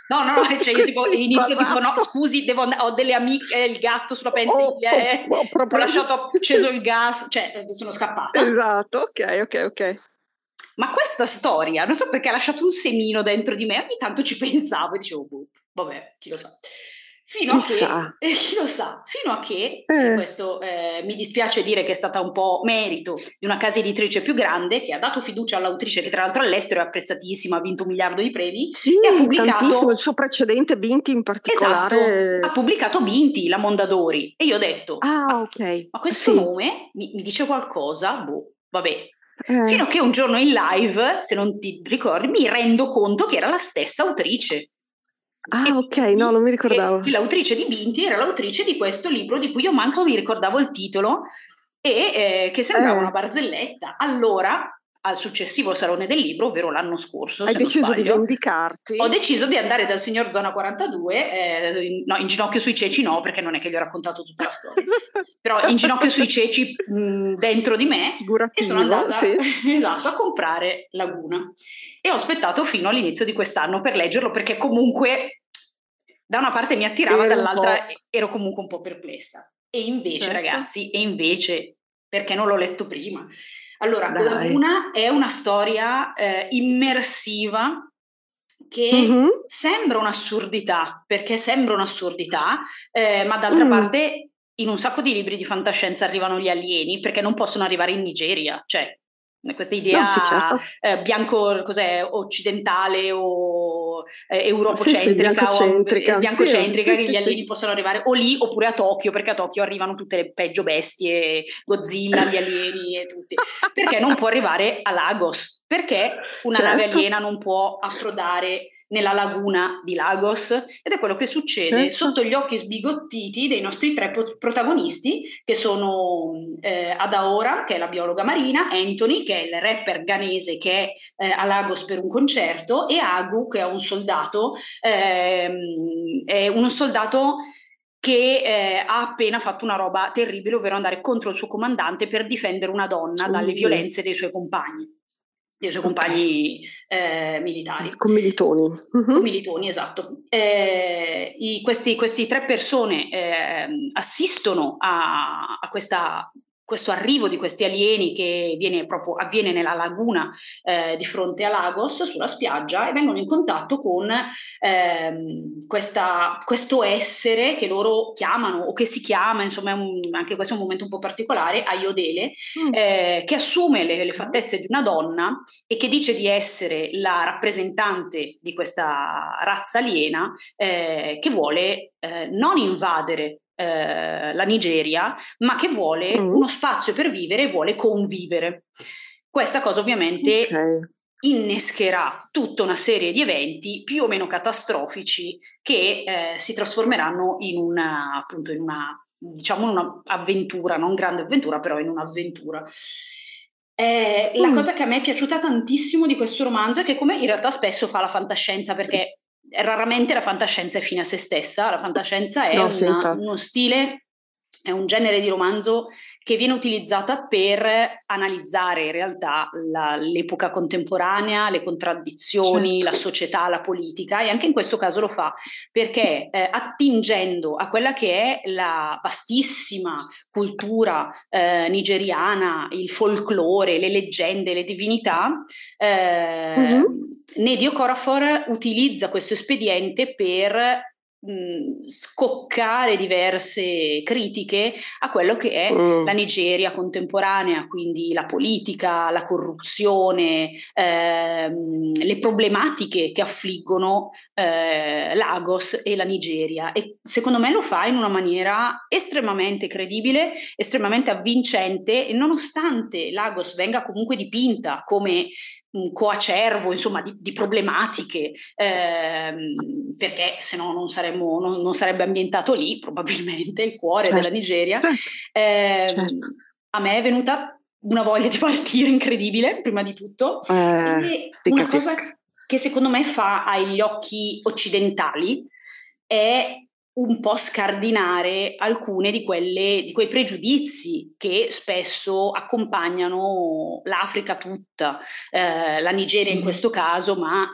No, cioè io tipo inizio tipo no, scusi, ho delle amiche, il gatto sulla pentiglia, ho lasciato acceso il gas, cioè sono scappata. Esatto, ok. Ma questa storia, non so perché ha lasciato un semino dentro di me, ogni tanto ci pensavo e dicevo, vabbè, chi lo sa. Fino a che questo mi dispiace dire che è stata un po' merito di una casa editrice più grande che ha dato fiducia all'autrice, che tra l'altro all'estero è apprezzatissima, ha vinto 1 miliardo di premi, sì, e ha pubblicato tantissimo, il suo precedente Binti in particolare. Esatto, ha pubblicato Binti, la Mondadori, e io ho detto ok, ma questo nome mi dice qualcosa, vabbè. Fino a che un giorno in live, se non ti ricordi, mi rendo conto che era la stessa autrice. Ok, no, non mi ricordavo. E l'autrice di Binti era l'autrice di questo libro di cui io manco mi ricordavo il titolo e che sembrava una barzelletta. Allora, al successivo Salone del Libro, ovvero l'anno scorso, hai deciso di vendicarti? Ho deciso di andare dal signor Zona 42, in ginocchio sui ceci no, perché non è che gli ho raccontato tutta la storia, però in ginocchio sui ceci dentro di me, e sono andata esatto, a comprare Laguna, e ho aspettato fino all'inizio di quest'anno per leggerlo, perché comunque da una parte mi attirava, dall'altra ero comunque un po' perplessa. E invece, ragazzi, perché non l'ho letto prima? Allora, Laguna è una storia immersiva che sembra un'assurdità, ma d'altra parte in un sacco di libri di fantascienza arrivano gli alieni, perché non possono arrivare in Nigeria, cioè questa idea bianco, occidentale o europocentrica o biancocentrica, che gli alieni possono arrivare o lì oppure a Tokyo, perché a Tokyo arrivano tutte le peggio bestie, Godzilla, gli alieni e tutti. Perché non può arrivare a Lagos? Perché una nave aliena non può approdare nella laguna di Lagos? Ed è quello che succede sotto gli occhi sbigottiti dei nostri 3 protagonisti, che sono Adaora, che è la biologa marina, Anthony, che è il rapper ghanese che è a Lagos per un concerto, e Agu, che è un soldato che ha appena fatto una roba terribile, ovvero andare contro il suo comandante per difendere una donna dalle violenze dei suoi compagni. Militari. Commilitoni, esatto. Questi 3 persone assistono a questo arrivo di questi alieni, che avviene nella laguna di fronte a Lagos, sulla spiaggia, e vengono in contatto con questo essere che loro chiamano, o che si chiama, insomma anche questo è un momento un po' particolare, Ayodele, che assume le fattezze di una donna e che dice di essere la rappresentante di questa razza aliena che vuole non invadere la Nigeria, ma che vuole uno spazio per vivere e vuole convivere. Questa cosa ovviamente innescherà tutta una serie di eventi più o meno catastrofici che si trasformeranno in una avventura, non grande avventura, però in un'avventura. La cosa che a me è piaciuta tantissimo di questo romanzo è che, come in realtà spesso fa la fantascienza, perché raramente la fantascienza è fine a se stessa, la fantascienza è uno stile, è un genere di romanzo che viene utilizzata per analizzare in realtà l'epoca contemporanea, le contraddizioni, la società, la politica, e anche in questo caso lo fa, perché attingendo a quella che è la vastissima cultura nigeriana, il folklore, le leggende, le divinità, Nnedi Okorafor utilizza questo espediente per scoccare diverse critiche a quello che è la Nigeria contemporanea, quindi la politica, la corruzione, le problematiche che affliggono Lagos e la Nigeria, e secondo me lo fa in una maniera estremamente credibile, estremamente avvincente, e nonostante Lagos venga comunque dipinta come un coacervo, insomma, di problematiche, perché se no non sarebbe ambientato lì, probabilmente, il cuore della Nigeria. A me è venuta una voglia di partire incredibile, prima di tutto, e una cosa che secondo me fa agli occhi occidentali è un po' scardinare alcune di quei pregiudizi che spesso accompagnano l'Africa tutta, la Nigeria in questo caso, ma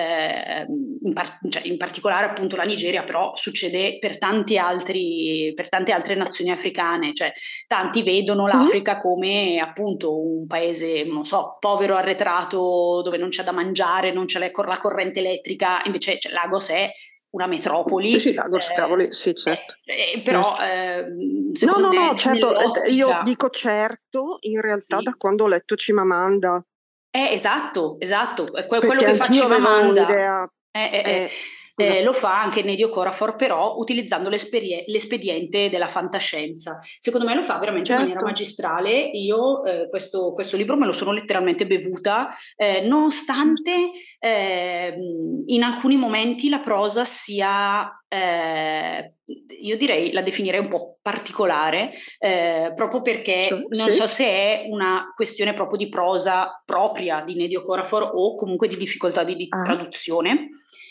in particolare appunto la Nigeria, però succede per tante altre nazioni africane, cioè tanti vedono l'Africa come appunto un paese, non so, povero, arretrato, dove non c'è da mangiare, non c'è la corrente elettrica, invece Lagos è una metropoli. Sì, Lagos, cavoli, sì, certo. Però secondo me certo, io dico certo, in realtà da quando ho letto Chimamanda. Esatto, quello che fa Chimamanda lo fa anche Nnedi Okorafor, però utilizzando l'espediente della fantascienza. Secondo me lo fa veramente in maniera magistrale. Io questo libro me lo sono letteralmente bevuta, nonostante in alcuni momenti la prosa sia, io direi, la definirei un po' particolare, proprio perché non so se è una questione proprio di prosa propria di Nnedi Okorafor o comunque di difficoltà di traduzione.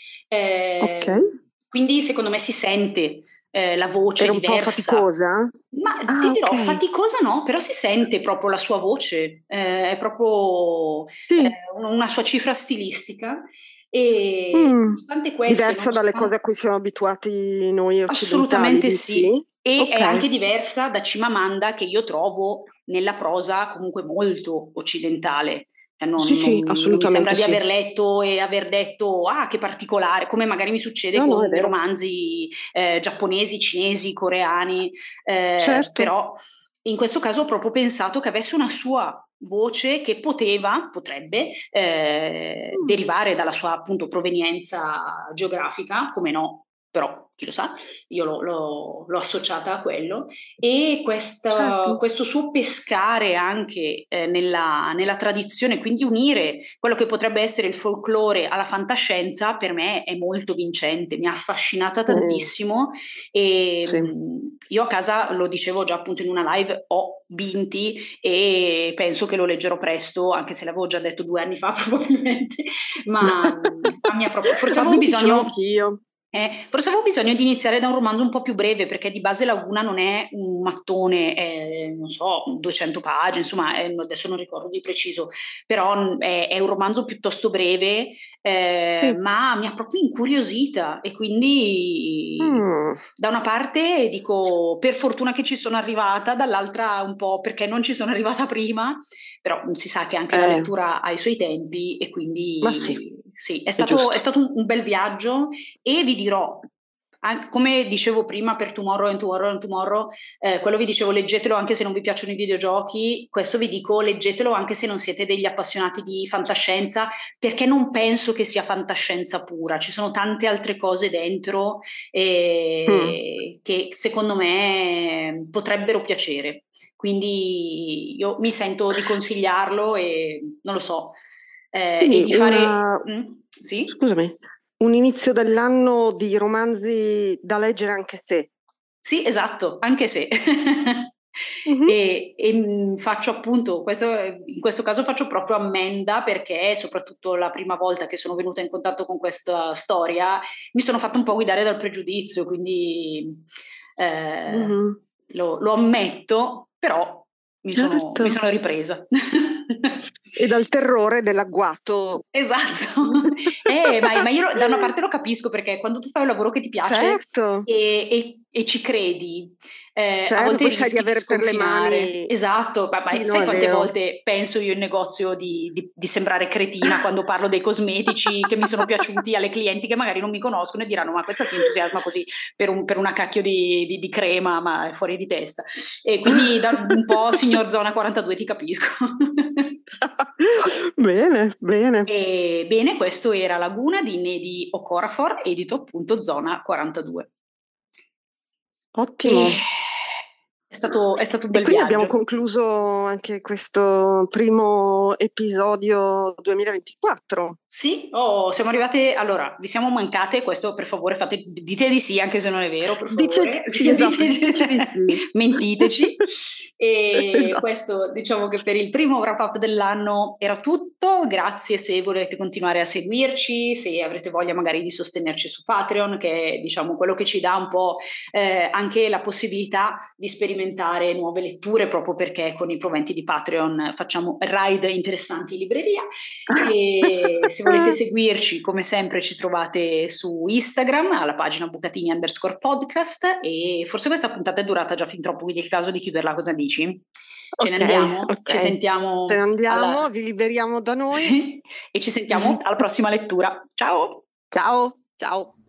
Quindi secondo me si sente la voce diversa. Era un po' faticosa? Ma ti dirò, faticosa no, però si sente proprio la sua voce, è proprio una sua cifra stilistica. E nonostante questo, diversa dalle cose a cui siamo abituati noi occidentali. Assolutamente sì. E è anche diversa da Chimamanda, che io trovo nella prosa comunque molto occidentale. Non mi sembra di aver letto e aver detto che particolare, come magari mi succede con i romanzi giapponesi, cinesi, coreani, però in questo caso ho proprio pensato che avesse una sua voce che potrebbe derivare dalla sua appunto provenienza geografica, come no, però chi lo sa, io l'ho associata a quello, e questo suo pescare anche nella tradizione, quindi unire quello che potrebbe essere il folklore alla fantascienza, per me è molto vincente, mi ha affascinata tantissimo. E io a casa, lo dicevo già appunto in una live, ho Binti e penso che lo leggerò presto, anche se l'avevo già detto 2 anni fa probabilmente, ma forse avevo bisogno... Forse avevo bisogno di iniziare da un romanzo un po' più breve, perché di base Laguna non è un mattone, non so, 200 pagine, insomma, adesso non ricordo di preciso, però è un romanzo piuttosto breve, ma mi ha proprio incuriosita, e quindi da una parte dico per fortuna che ci sono arrivata, dall'altra un po' perché non ci sono arrivata prima, però si sa che anche la lettura ha i suoi tempi, e quindi è stato un bel viaggio. E vi dirò, come dicevo prima per Tomorrow and Tomorrow, quello vi dicevo, leggetelo anche se non vi piacciono i videogiochi, questo vi dico, leggetelo anche se non siete degli appassionati di fantascienza, perché non penso che sia fantascienza pura, ci sono tante altre cose dentro che secondo me potrebbero piacere, quindi io mi sento di consigliarlo, e non lo so, e di fare... Sì? Scusami. Un inizio dell'anno di romanzi da leggere anche se. Sì, esatto, anche se. E faccio appunto, in questo caso faccio proprio ammenda, perché soprattutto la prima volta che sono venuta in contatto con questa storia mi sono fatta un po' guidare dal pregiudizio, quindi lo ammetto, però mi sono ripresa. E dal terrore dell'agguato. Esatto. Ma io da una parte lo capisco, perché quando tu fai un lavoro che ti piace e ci credi, a volte rischi di avere per le mani. Esatto, sai quante volte penso io in negozio di sembrare cretina quando parlo dei cosmetici che mi sono piaciuti alle clienti che magari non mi conoscono e diranno: ma questa si entusiasma così per una cacchio di crema, ma è fuori di testa. E quindi un po' signor Zona 42 ti capisco. Bene. Bene, questo era Laguna di Nnedi Okorafor, edito appunto Zona 42. Ottimo. stato un E bel quindi viaggio. abbiamo concluso anche questo primo episodio 2024. Sì, siamo arrivate, allora, vi siamo mancate, questo per favore dite di sì anche se non è vero, per favore. Sì, esatto, diteci di sì. Mentiteci. E Esatto. Questo, diciamo che per il primo wrap up dell'anno era tutto. Grazie se volete continuare a seguirci, se avrete voglia magari di sostenerci su Patreon, che è, diciamo, quello che ci dà un po' anche la possibilità di sperimentare nuove letture, proprio perché con i proventi di Patreon facciamo ride interessanti in libreria. E se volete seguirci, come sempre ci trovate su Instagram alla pagina Bucatini_podcast, e forse questa puntata è durata già fin troppo, quindi è il caso di chiuderla. Cosa dici? Ce ne andiamo? Ok. Ci sentiamo? Ce ne andiamo, vi liberiamo da noi. Sì, e ci sentiamo alla prossima lettura. Ciao! Ciao!